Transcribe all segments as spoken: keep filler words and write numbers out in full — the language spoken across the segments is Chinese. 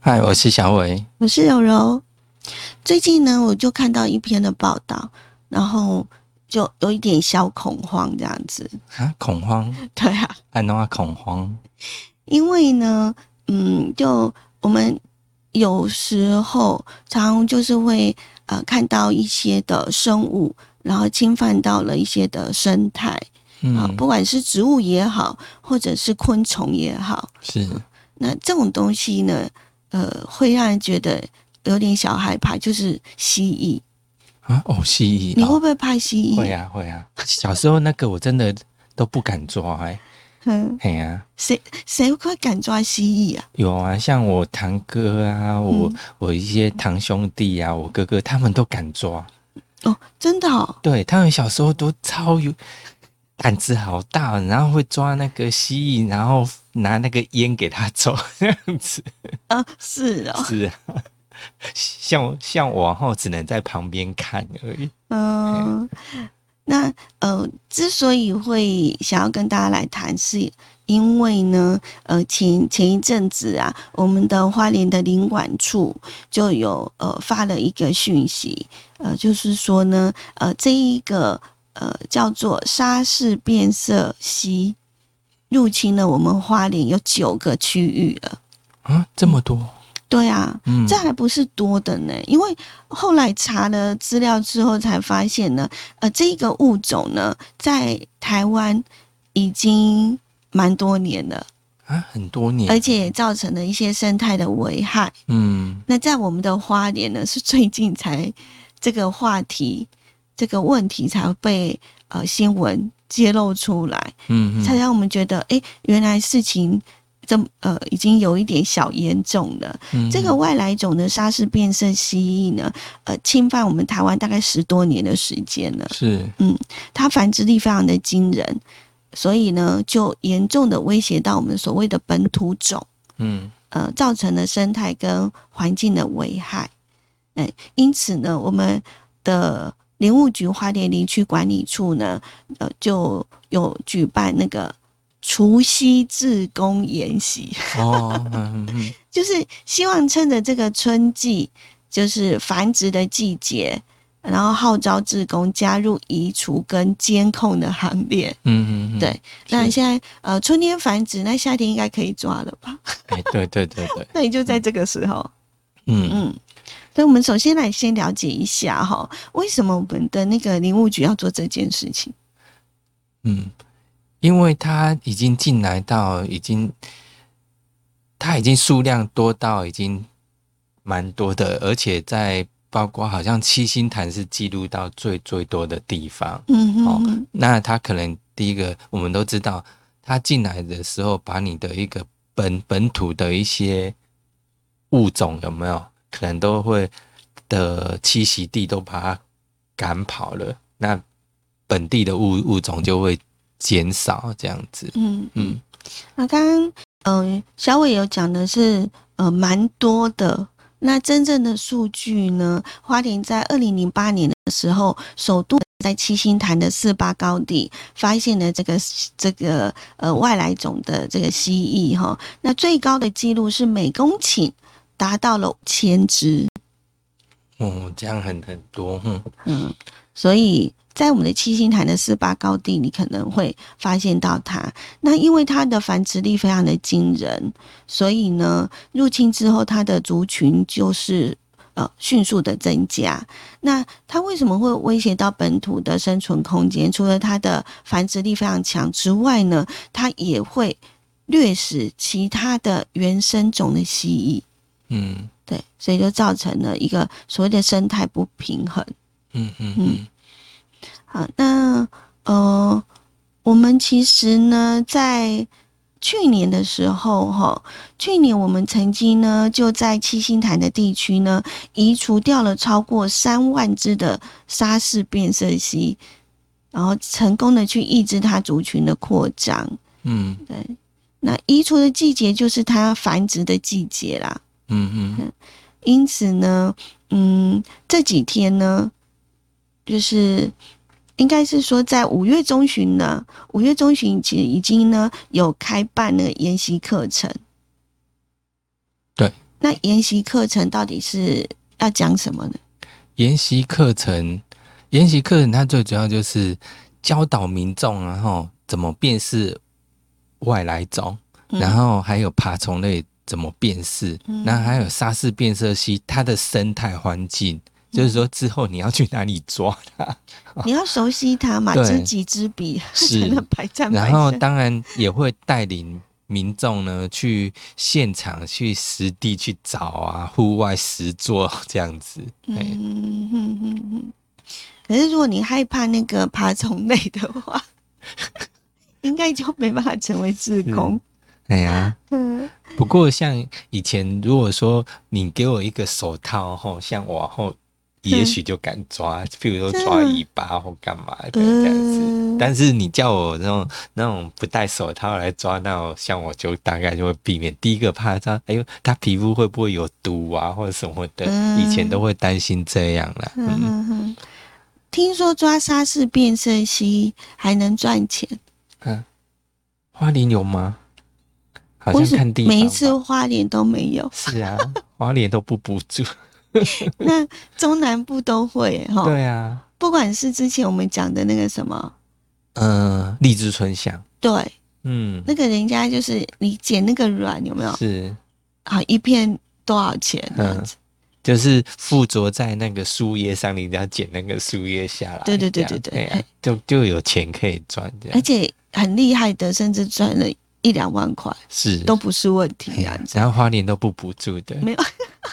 嗨，我是小伟， 我是柔柔。最近呢，我就看到一篇的报道，然后就有一点小恐慌这样子。 啊，恐慌？ 对啊， 安怎恐慌？ 因为呢，嗯，就我们有时候常就是会呃看到一些的生物，然后侵犯到了一些的生态，啊、 嗯， 不管是植物也好，或者是昆虫也好， 是。 那这种东西呢，呃，会让人觉得有点小害怕，就是蜥蜴。 啊，哦，蜥蜴， 你会不会怕蜥蜴？ 会啊，会啊。小时候那个我真的都不敢抓、欸，哎， 嗯， 嘿啊， 谁谁会敢抓蜥蜴啊？ 有啊，像我堂哥啊，我、 嗯、 我一些堂兄弟啊，我哥哥他们都敢抓， 哦，真的哦。 对他们小时候都超有胆子好大，然后会抓那个蜥蜴，然后拿那个烟给他抽，这样子。 啊，是哦。 是啊，像像我后只能在旁边看而已。 嗯、那呃，之所以会想要跟大家来谈，是因为呢，呃，前前一阵子啊，我们的花莲的林管处就有呃发了一个讯息，呃，就是说呢，呃，这一个呃叫做沙氏变色蜥入侵了我们花莲有九个区域了。 啊，这么多？ 对啊， 嗯， 这还不是多的呢，因为后来查了资料之后才发现呢，呃，这个物种呢，在台湾已经蛮多年了啊，很多年， 而且也造成了一些生态的危害。 嗯， 那在我们的花莲呢，是最近才这个话题、这个问题才被呃新闻揭露出来， 嗯嗯， 才让我们觉得，哎，原来事情。这呃，已经有一点小严重了。 嗯， 这个外来种的沙氏变色蜥蜴呢，呃，侵犯我们台湾大概十多年的时间了。 是， 嗯，它繁殖力非常的惊人，所以呢，就严重的威胁到我们所谓的本土种， 嗯， 呃，造成了生态跟环境的危害。嗯，因此呢，我们的林务局花莲林区管理处呢，呃，就有举办那个除夕志工研习， 哦，嗯嗯， 就是希望趁着这个春季，就是繁殖的季节，然后号召志工加入移除跟监控的行列。 嗯嗯， 对，那现在呃春天繁殖，那夏天应该可以抓了吧？ 哎，对对对对， 那也就在这个时候， 嗯嗯。所以，我们首先来先了解一下哈，为什么我们的那个林务局要做这件事情？ 嗯，因为它已经进来到已经，它已经数量多到已经蛮多的，而且在包括好像七星潭是记录到最最多的地方。 嗯哼哦哼， 那它可能第一个我们都知道，它进来的时候把你的一个本本土的一些物种有没有可能都会的栖息地都把它赶跑了，那本地的物物种就会减少这样子。 嗯嗯。 嗯， 那刚刚呃小伟有讲的是呃蛮多的，那真正的数据呢，花莲在二零零八年的时候，首度在七星潭的四八高地发现了这个这个呃外来种的这个蜥蜴哈，那最高的记录是每公顷达到了五千只。 哦，这样很很多，嗯嗯，所以在我们的七星潭的四八高地，你可能会发现到它。那因为它的繁殖力非常的惊人，所以呢，入侵之后，它的族群就是呃迅速的增加。那它为什么会威胁到本土的生存空间？除了它的繁殖力非常强之外呢，它也会掠食其他的原生种的蜥蜴。 嗯对，所以就造成了一个所谓的生态不平衡。 嗯嗯嗯， 好，那呃，我们其实呢，在去年的时候，哈，去年我们曾经呢，就在七星潭的地区呢，移除掉了超过三万只的沙氏变色蜥，然后成功的去抑制它族群的扩张。 嗯， 对，那移除的季节就是它繁殖的季节啦。 嗯嗯， 因此呢，嗯，这几天呢，就是应该是说在五月中旬呢，五月中旬其实已经呢有开办那个研习课程。 对， 那研习课程到底是要讲什么呢？ 研习课程，研习课程它最主要就是教导民众，然后怎么辨识外来种，嗯、然后还有爬虫类怎么辨识，嗯、然后还有沙氏变色蜥它的生态环境。就是说，之后你要去哪里抓它？ 你要熟悉它嘛，知己知彼，才能百战百胜。 然后当然也会带领民众呢去现场、去实地去找啊，户外实作这样子。嗯嗯嗯嗯。可是如果你害怕那个爬虫类的话，应该就没办法成为志工。 哎呀，嗯。不过像以前，如果说你给我一个手套，吼，像我后。也许就敢抓，譬如说抓尾巴或干嘛的这样子。嗯、但是你叫我那种那种不戴手套来抓，那像我就大概就会避免。第一个怕他，哎呦，他皮肤会不会有毒啊，或者什么的？嗯、以前都会担心这样啦。嗯嗯嗯。 听说抓沙氏变色蜥还能赚钱。 嗯，花莲有吗？好像看地方吧。 每一次花莲都没有。 是啊，花莲都不补助。 那中南部都会齁。 对啊， 不管是之前我们讲的那个什么， 呃，荔枝春香， 对， 嗯， 那个人家就是你捡那个卵有没有？ 是， 好一片多少钱？嗯， 就是附着在那个树叶上，你只要捡那个树叶下来， 对对对对对， 啊、就就有钱可以赚， 而且很厉害的，甚至赚了一两万块， 是都不是问题这样子。 然后花莲都不补助的， 没有。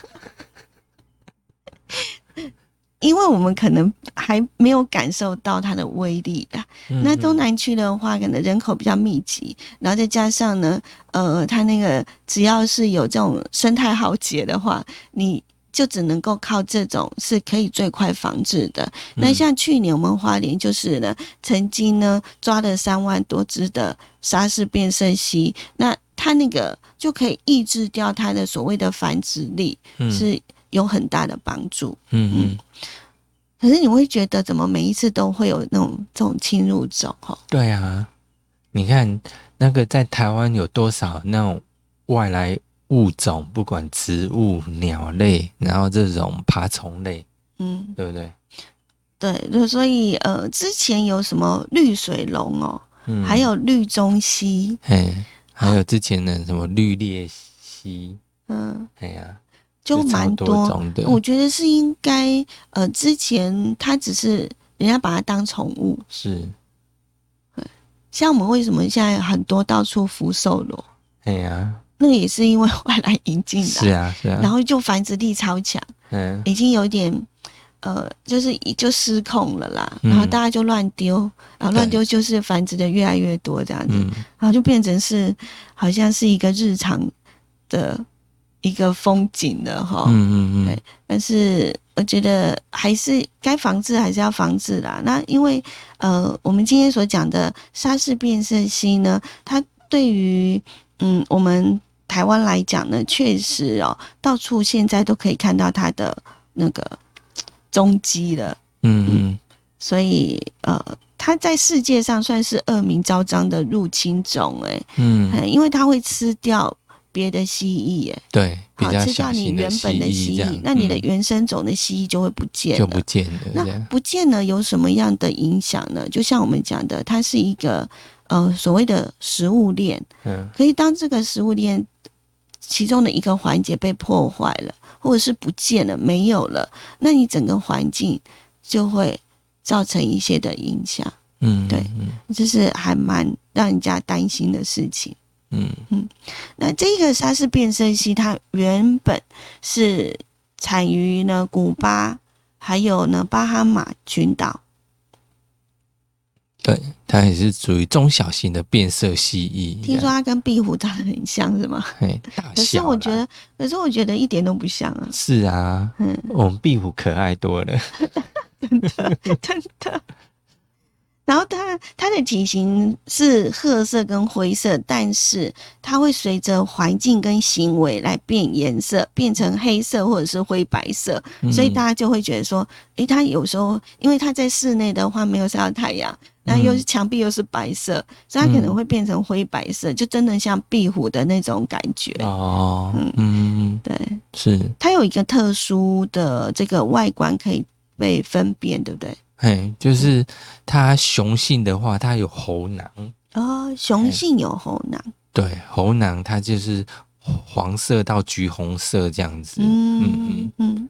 因为我们可能还没有感受到它的威力啊。嗯、那东南区的话，可能人口比较密集，然后再加上呢，呃，它那个只要是有这种生态浩劫的话，你就只能够靠这种是可以最快防治的。嗯、那像去年我们花莲就是呢，曾经呢抓了三万多只的沙氏变色蜥，那它那个就可以抑制掉它的所谓的繁殖力，嗯、是有很大的帮助。嗯嗯。可是你会觉得怎么每一次都会有那种这种侵入种？ 对啊，你看那个在台湾有多少那种外来物种，不管植物、鸟类，然后这种爬虫类，嗯，对不对？ 对，所以呃，之前有什么绿水龙哦，嗯、还有绿中蜥， 哎，还有之前的什么绿鬣蜥，嗯，哎呀。 就蛮多，多我觉得是应该，呃，之前它只是人家把它当宠物， 是， 像我们为什么现在很多到处福寿螺？ 哎呀， 那个也是因为外来引进的， 是啊是啊， 然后就繁殖力超强，嗯，已经有一点，呃，就是就失控了啦，嗯、然后大家就乱丢，然后乱丢就是繁殖的越来越多这样子，嗯、然后就变成是好像是一个日常的。一个风景的哈，嗯嗯嗯，对，但是我觉得还是该防治还是要防治啦。那因为呃，我们今天所讲的沙氏变色蜥呢，它对于嗯我们台湾来讲呢，确实哦，到处现在都可以看到它的那个踪迹了，嗯嗯，所以呃，它在世界上算是恶名昭彰的入侵种，哎，嗯，因为它会吃掉别的蜥蜴，哎， 对，比较吃掉你原本的蜥蜴，那你的原生种的蜥蜴就会不见了， 就不见了。 那不见了有什么样的影响呢？就像我们讲的，它是一个呃所谓的食物链，嗯，可以当这个食物链其中的一个环节被破坏了，或者是不见了、没有了，那你整个环境就会造成一些的影响。嗯，对，这是还蛮让人家担心的事情。嗯嗯，那这个沙氏变色蜥，它原本是产于呢古巴，还有呢巴哈马群岛。 对，它也是属于中小型的变色蜥蜴。 听说它跟壁虎长得很像，是吗？ 嘿，大小。 可是我觉得，可是我觉得一点都不像啊。 是啊，嗯，我们壁虎可爱多了， 真的真的。然后它那它的体型是褐色跟灰色，但是它会随着环境跟行为来变颜色，变成黑色或者是灰白色， 嗯、 所以大家就会觉得说，诶，它有时候因为它在室内的话没有晒到太阳，那又是墙壁又是白色，所以它可能会变成灰白色，就真的像壁虎的那种感觉。 哦，嗯嗯， 对， 是它有一个特殊的这个外观可以被分辨，对不对？ 嘿，就是它雄性的话，它有喉囊。 哦，雄性有喉囊。 对，喉囊它就是黄色到橘红色这样子。 嗯嗯嗯嗯。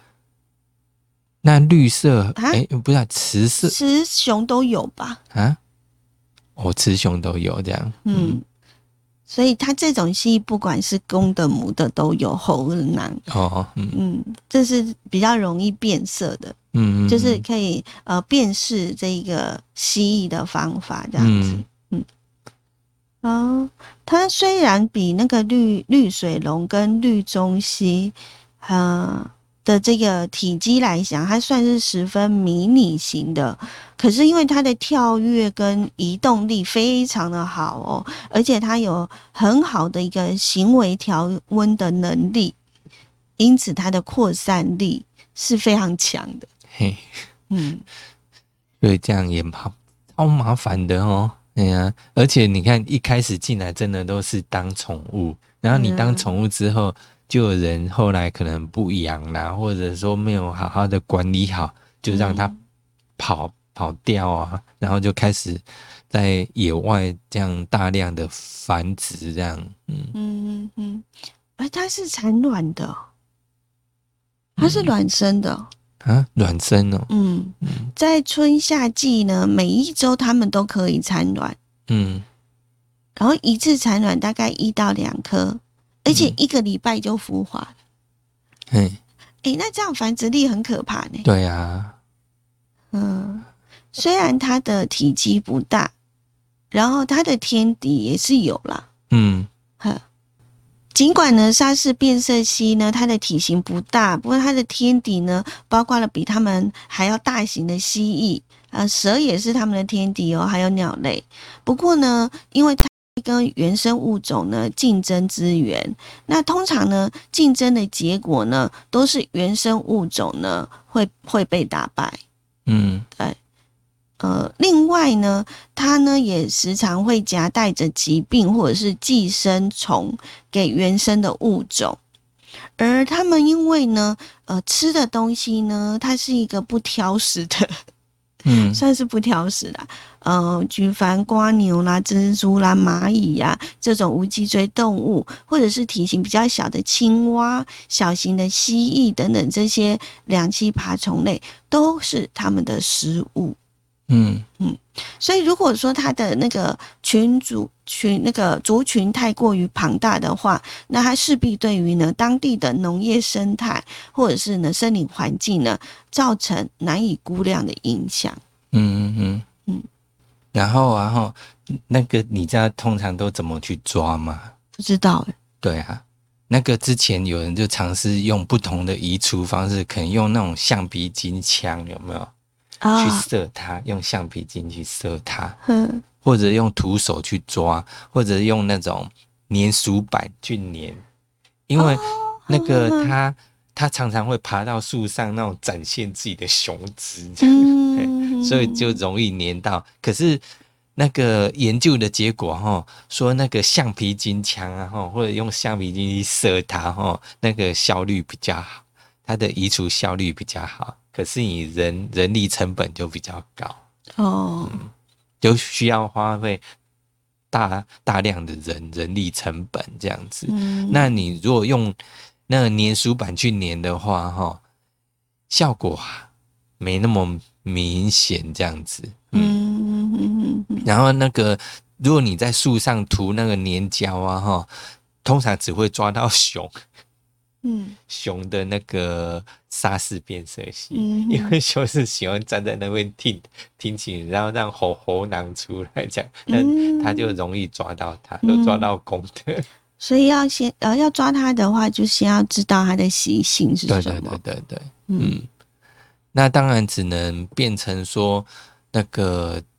那绿色，哎、 啊， 不是、啊、雌色， 雌雄都有吧？ 啊，哦，雌雄都有这样。 嗯， 嗯所以它这种蜥蜴不管是公的母的都有喉囊。 哦，嗯嗯，这是比较容易变色的。 嗯嗯， 就是可以呃辨识这个蜥蜴的方法，这样子。嗯，嗯哦，它虽然比那个绿绿水龙跟绿中蜥，呃的这个体积来讲，它算是十分迷你型的，可是因为它的跳跃跟移动力非常的好哦，而且它有很好的一个行为调温的能力，因此它的扩散力是非常强的。 嘿， 嗯， 所以这样也麻超麻烦的哦。哎呀，而且你看一开始进来真的都是当宠物，然后你当宠物之后，就有人后来可能不养啦，或者说没有好好的管理好，就让它跑、嗯、跑掉啊，然后就开始在野外这样大量的繁殖，这样，嗯嗯嗯，而它是产卵的，它是卵生的。 啊，卵生哦， 嗯，在春夏季呢，每一周它们都可以产卵， 嗯， 然后一次产卵大概一到两颗，而且一个礼拜就孵化了。 嗯， 哎，那这样繁殖力很可怕呢。 对啊， 嗯，虽然它的体积不大，然后它的天敌也是有啦。 嗯， 呵。尽管呢，沙氏变色蜥呢，它的体型不大，不过它的天敌呢，包括了比它们还要大型的蜥蜴，呃，蛇也是它们的天敌哦，还有鸟类。不过呢，因为它跟原生物种呢竞争资源，那通常呢，竞争的结果呢，都是原生物种呢会会被打败。 嗯， 对。呃，另外呢，它呢也时常会夹带着疾病或者是寄生虫给原生的物种，而它们因为呢，呃，吃的东西呢，它是一个不挑食的，嗯，算是不挑食啦。呃，举凡蝸牛啦、蜘蛛啦、蚂蚁呀、啊、这种无脊椎动物，或者是体型比较小的青蛙、小型的蜥蜴等等这些两栖爬虫类，都是它们的食物。嗯嗯，所以如果说它的那个群族群那个族群太过于庞大的话，那它势必对于呢当地的农业生态或者是呢森林环境呢，造成难以估量的影响。 嗯嗯嗯，然后然后那个你知道通常都怎么去抓吗？ 不知道哎。 对啊，那个之前有人就尝试用不同的移除方式，可能用那种橡皮筋枪，有没有？啊、去射它，用橡皮筋去射它，或者用徒手去抓，或者用那种粘鼠板去粘，因为那个它、哦、它常常会爬到树上，那种展现自己的雄姿，嗯、所以就容易粘到。可是那个研究的结果哈，说那个橡皮筋枪啊，或者用橡皮筋去射它，哈，那个效率比较好，它的移除效率比较好。可是你人人力成本就比较高哦、嗯，就需要花费大大量的人人力成本这样子。嗯、那你如果用那个粘鼠板去粘的话，哈，效果没那么明显这样子。嗯，嗯然后那个如果你在树上涂那个粘胶啊，哈，通常只会抓到熊。嗯，熊的那个沙氏变色蜥、嗯，因为熊是喜欢站在那边听听琴，然后让喉喉囊出来这样，那它就容易抓到它，都、嗯、抓到公的。 所以要先呃要抓它的话，就先要知道它的习性是什么。 对对对对对，嗯，嗯那当然只能变成说那个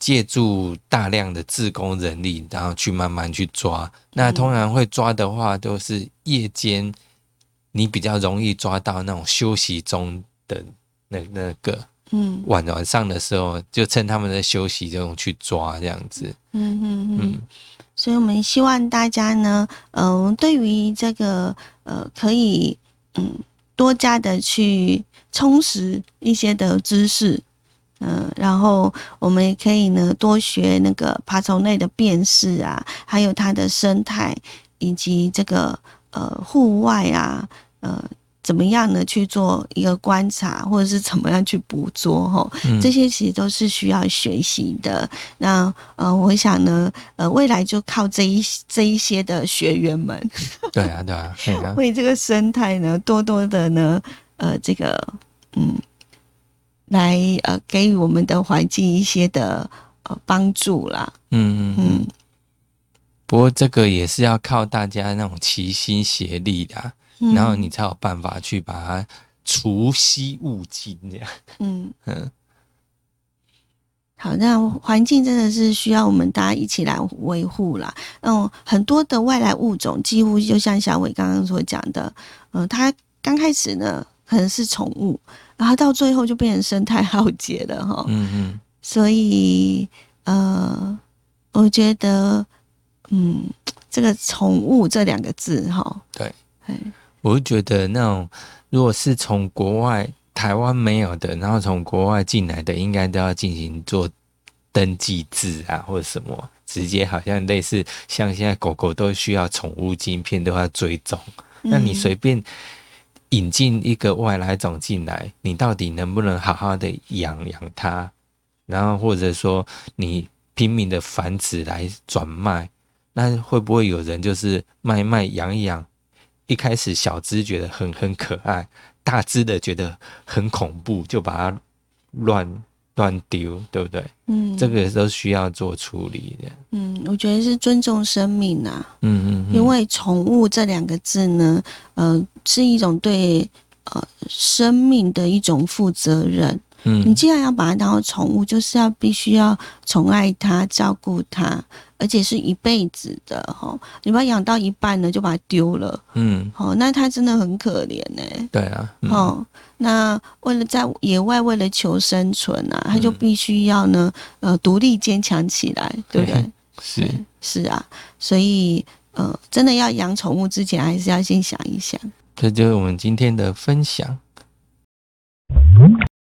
借助大量的志工人力，然后去慢慢去抓。那通常会抓的话，都是夜间，你比较容易抓到那种休息中的那那个，嗯，晚晚上的时候，就趁他们在休息这种去抓这样子。 嗯嗯嗯。所以我们希望大家呢，嗯、呃，对于这个呃，可以嗯多加的去充实一些的知识。嗯，然后我们也可以呢多学那个爬虫类的辨识啊，还有它的生态，以及这个呃户外啊，呃怎么样呢去做一个观察，或者是怎么样去捕捉哈、嗯，这些其实都是需要学习的。那呃，我想呢，呃，未来就靠这一这一些的学员们， 对啊，对啊，对啊， 为这个生态呢多多的呢，呃，这个嗯。来呃给予我们的环境一些的呃帮助啦。 嗯嗯嗯。不过这个也是要靠大家那种齐心协力的、啊嗯，然后你才有办法去把它除息物尽这样。嗯嗯。 好，那环境真的是需要我们大家一起来维护啦。嗯，很多的外来物种几乎就像小伟刚刚所讲的，呃，它刚开始呢可能是宠物。然后到最后就变成生态浩劫了哈，嗯嗯，所以呃，我觉得，嗯，这个宠物这两个字哈， 对，我就觉得那种如果是从国外台湾没有的，然后从国外进来的，应该都要进行做登记制啊，或者什么，直接好像类似像现在狗狗都需要宠物晶片，都要追踪，嗯、那你随便。引进一个外来种进来，你到底能不能好好的养养它？然后或者说你拼命的繁殖来转卖，那会不会有人就是卖卖养一养？一开始小只觉得很很可爱，大只的觉得很恐怖，就把它乱乱丢，对不对？嗯，这个都需要做处理的。 嗯，我觉得是尊重生命啊。嗯嗯嗯。因为宠物这两个字呢，呃，是一种对呃生命的一种负责任。嗯，你既然要把它当成宠物，就是要必须要宠爱它、照顾它，而且是一辈子的哈。你把它养到一半呢，就把它丢了。嗯，好，那它真的很可怜呢、欸。 对啊。 嗯、哦。那为了在野外为了求生存啊，他就必须要呢，呃，独立坚强起来，对不对？ 是是啊，所以呃，真的要养宠物之前，还是要先想一想。 这就是我们今天的分享。